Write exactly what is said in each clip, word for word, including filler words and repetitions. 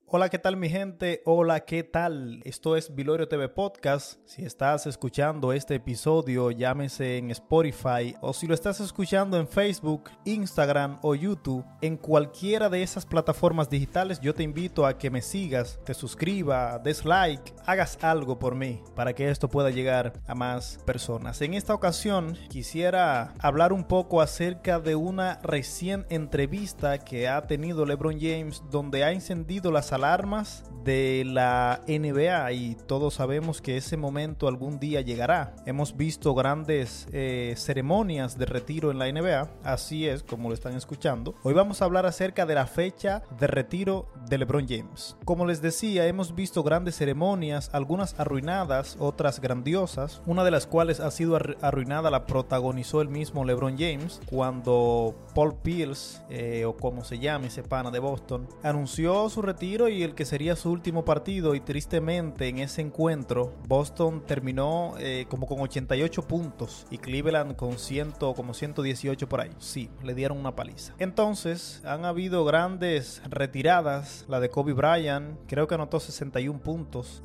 Hola, ¿qué tal mi gente? Hola, ¿qué tal? Esto es Vilorio T V Podcast. Si estás escuchando este episodio, llámese en Spotify o si lo estás escuchando en Facebook, Instagram o YouTube, en cualquiera de esas plataformas digitales, yo te invito a que me sigas, te suscribas, des like, hagas algo por mí para que esto pueda llegar a más personas. En esta ocasión quisiera hablar un poco acerca de una recién entrevista que ha tenido LeBron James, donde ha encendido las alarmas de la N B A y todos sabemos que ese momento algún día llegará. Hemos visto grandes eh, ceremonias de retiro en la N B A, así es como lo están escuchando. Hoy vamos a hablar acerca de la fecha de retiro de LeBron James. Como les decía, hemos visto grandes ceremonias, algunas arruinadas, otras grandiosas. Una de las cuales ha sido arruinada la protagonizó el mismo LeBron James cuando Paul Pierce, eh, o como se llame ese pana de Boston, anunció su retiro y el que sería su último partido, y tristemente en ese encuentro Boston terminó eh, como con ochenta y ocho puntos y Cleveland con cien, como ciento dieciocho por ahí. Sí, le dieron una paliza. Entonces han habido grandes retiradas, la de Kobe Bryant, creo que anotó sesenta y uno puntos,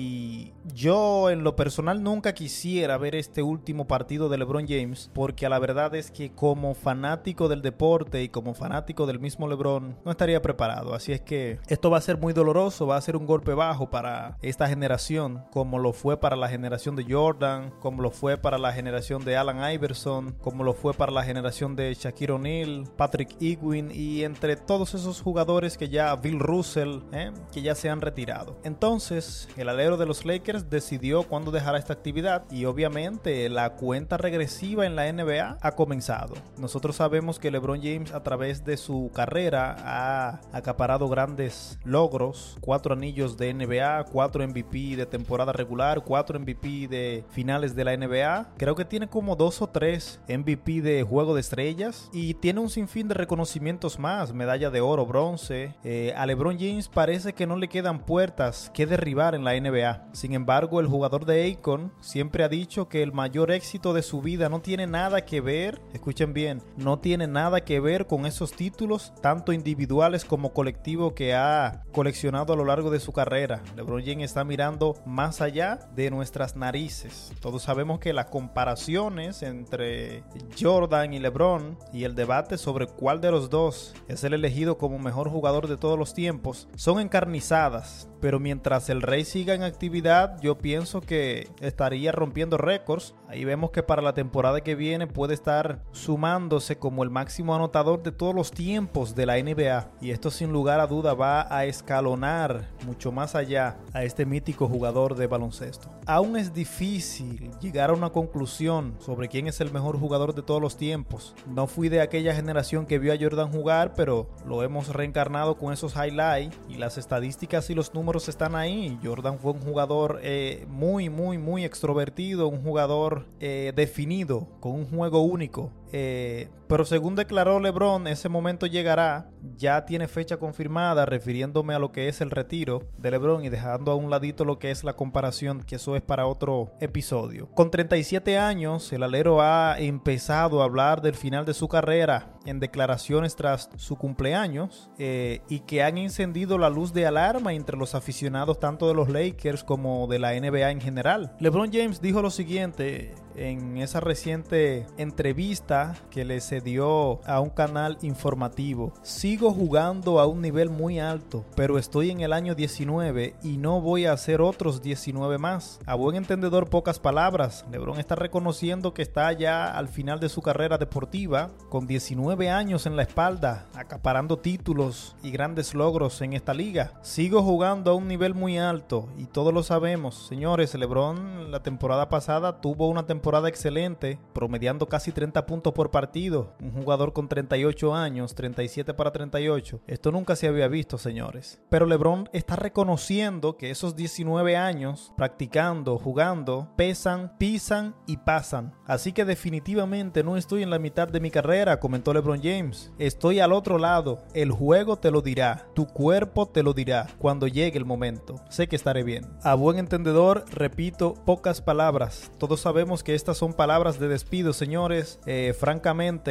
y yo en lo personal nunca quisiera ver este último partido de LeBron James, porque a la verdad es que como fanático del deporte y como fanático del mismo LeBron no estaría preparado. Así es que esto va a ser muy doloroso, va a ser un golpe bajo para esta generación, como lo fue para la generación de Jordan, como lo fue para la generación de Allen Iverson, como lo fue para la generación de Shaquille O'Neal, Patrick Ewing y entre todos esos jugadores que ya, Bill Russell, ¿eh? que ya se han retirado. Entonces, el alero de los Lakers decidió cuándo dejará esta actividad y obviamente la cuenta regresiva en la N B A ha comenzado. Nosotros sabemos que LeBron James a través de su carrera ha acaparado grandes logros, cuatro anillos de N B A, cuatro M V P de temporada regular, cuatro M V P de finales de la N B A, creo que tiene como dos o tres M V P de juego de estrellas y tiene un sinfín de reconocimientos más, medalla de oro, bronce. eh, a LeBron James parece que no le quedan puertas que derribar en la N B A. Sin embargo, el jugador de Akron siempre ha dicho que el mayor éxito de su vida no tiene nada que ver, escuchen bien, no tiene nada que ver con esos títulos, tanto individuales como colectivos, que ha coleccionado a lo largo de su carrera. LeBron James está mirando más allá de nuestras narices. Todos sabemos que las comparaciones entre Jordan y LeBron y el debate sobre cuál de los dos es el elegido como mejor jugador de todos los tiempos son encarnizadas. Pero mientras el Rey siga en actividad, yo pienso que estaría rompiendo récords. Ahí vemos que para la temporada que viene puede estar sumándose como el máximo anotador de todos los tiempos de la N B A. Y esto sin lugar a duda va a escalonar mucho más allá a este mítico jugador de baloncesto. Aún es difícil llegar a una conclusión sobre quién es el mejor jugador de todos los tiempos. No fui de aquella generación que vio a Jordan jugar, pero lo hemos reencarnado con esos highlights y las estadísticas y los números están ahí. Jordan fue un jugador eh, muy, muy, muy extrovertido, un jugador eh, definido, con un juego único. Eh, pero según declaró LeBron, ese momento llegará. Ya tiene fecha confirmada, refiriéndome a lo que es el retiro de LeBron y dejando a un ladito lo que es la comparación, que eso es para otro episodio. Con treinta y siete años, el alero ha empezado a hablar del final de su carrera en declaraciones tras su cumpleaños, eh, y que han encendido la luz de alarma entre los aficionados tanto de los Lakers como de la N B A en general. LeBron James dijo lo siguiente en esa reciente entrevista que le cedió a un canal informativo: sigo jugando a un nivel muy alto, pero estoy en el año diecinueve y no voy a hacer otros diecinueve más. A buen entendedor, pocas palabras. LeBron está reconociendo que está ya al final de su carrera deportiva, con diecinueve años en la espalda, acaparando títulos y grandes logros en esta liga. Sigo jugando a un nivel muy alto y todos lo sabemos. Señores, LeBron la temporada pasada tuvo una temporada excelente, promediando casi treinta puntos por partido. Un jugador con treinta y ocho años, treinta y siete para treinta y ocho. Esto nunca se había visto, señores. Pero LeBron está reconociendo que esos diecinueve años practicando, jugando, pesan, pisan y pasan. Así que definitivamente no estoy en la mitad de mi carrera, comentó LeBron James. Estoy al otro lado. El juego te lo dirá. Tu cuerpo te lo dirá cuando llegue el momento. Sé que estaré bien. A buen entendedor, repito, pocas palabras. Todos sabemos que estas son palabras de despido, señores. Eh, francamente,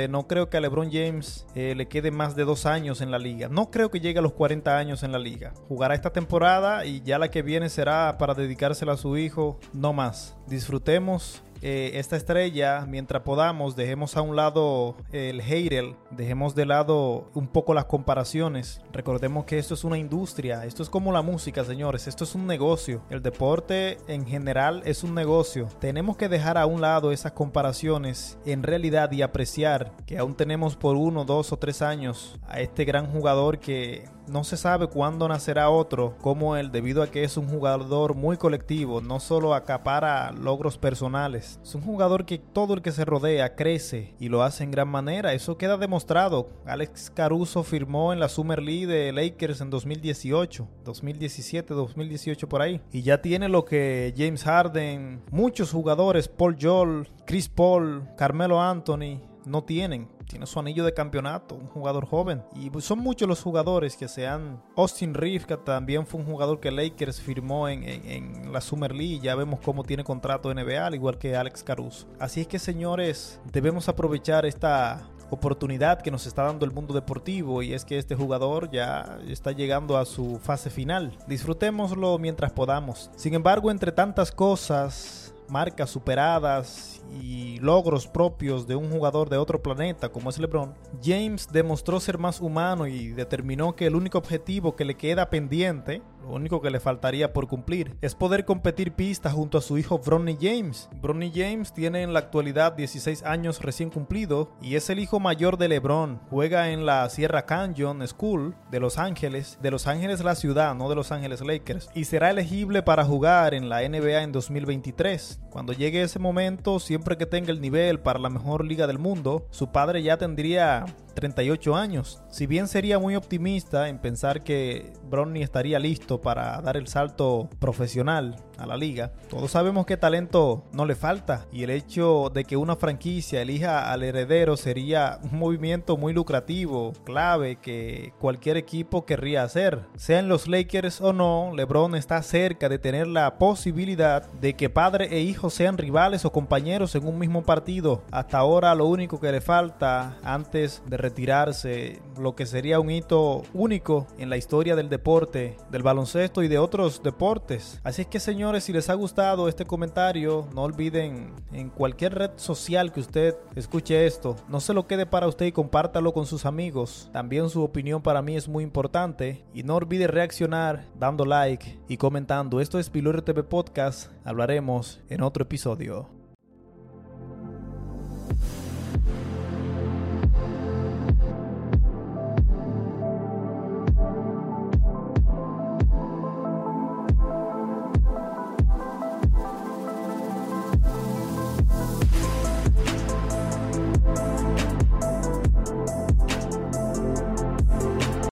honestamente no creo que a LeBron James eh, le quede más de dos años en la liga. No creo que llegue a los cuarenta años en la liga. Jugará esta temporada y ya la que viene será para dedicársela a su hijo, no más. Disfrutemos Eh, esta estrella mientras podamos. Dejemos a un lado el hater, dejemos de lado un poco las comparaciones. Recordemos que esto es una industria, esto es como la música, señores, esto es un negocio. El deporte en general es un negocio. Tenemos que dejar a un lado esas comparaciones en realidad y apreciar que aún tenemos por uno, dos o tres años a este gran jugador que no se sabe cuándo nacerá otro como él, debido a que es un jugador muy colectivo, no solo acapara logros personales. Es un jugador que todo el que se rodea crece y lo hace en gran manera. Eso queda demostrado. Alex Caruso firmó en la Summer League de Lakers en dos mil dieciocho, dos mil diecisiete, dos mil dieciocho por ahí. Y ya tiene lo que James Harden, muchos jugadores, Paul George, Chris Paul, Carmelo Anthony, no tienen. Tiene su anillo de campeonato, un jugador joven. Y son muchos los jugadores que se han... Austin Reeves, que también fue un jugador que Lakers firmó en, en, en la Summer League. Ya vemos cómo tiene contrato N B A, al igual que Alex Caruso. Así es que, señores, debemos aprovechar esta oportunidad que nos está dando el mundo deportivo, y es que este jugador ya está llegando a su fase final. Disfrutémoslo mientras podamos. Sin embargo, entre tantas cosas, marcas superadas y logros propios de un jugador de otro planeta como es LeBron, James demostró ser más humano y determinó que el único objetivo que le queda pendiente, lo único que le faltaría por cumplir, es poder competir pista junto a su hijo Bronny James. Bronny James tiene en la actualidad dieciséis años recién cumplidos y es el hijo mayor de LeBron. Juega en la Sierra Canyon School de Los Ángeles, de Los Ángeles la ciudad, no de Los Ángeles Lakers, y será elegible para jugar en la N B A en dos mil veintitrés. Cuando llegue ese momento, siempre que tenga el nivel para la mejor liga del mundo, su padre ya tendría treinta y ocho años. Si bien sería muy optimista en pensar que Bronny estaría listo para dar el salto profesional a la liga, todos sabemos que talento no le falta, y el hecho de que una franquicia elija al heredero sería un movimiento muy lucrativo, clave, que cualquier equipo querría hacer. Sean los Lakers o no, LeBron está cerca de tener la posibilidad de que padre e hijo sean rivales o compañeros en un mismo partido. Hasta ahora lo único que le falta antes de retirarse, lo que sería un hito único en la historia del deporte, del baloncesto y de otros deportes. Así es que, señores, si les ha gustado este comentario, no olviden en cualquier red social que usted escuche esto, no se lo quede para usted y compártalo con sus amigos. También su opinión para mí es muy importante, y no olvide reaccionar dando like y comentando. Esto es Vilorio T V Podcast. Hablaremos en otro episodio.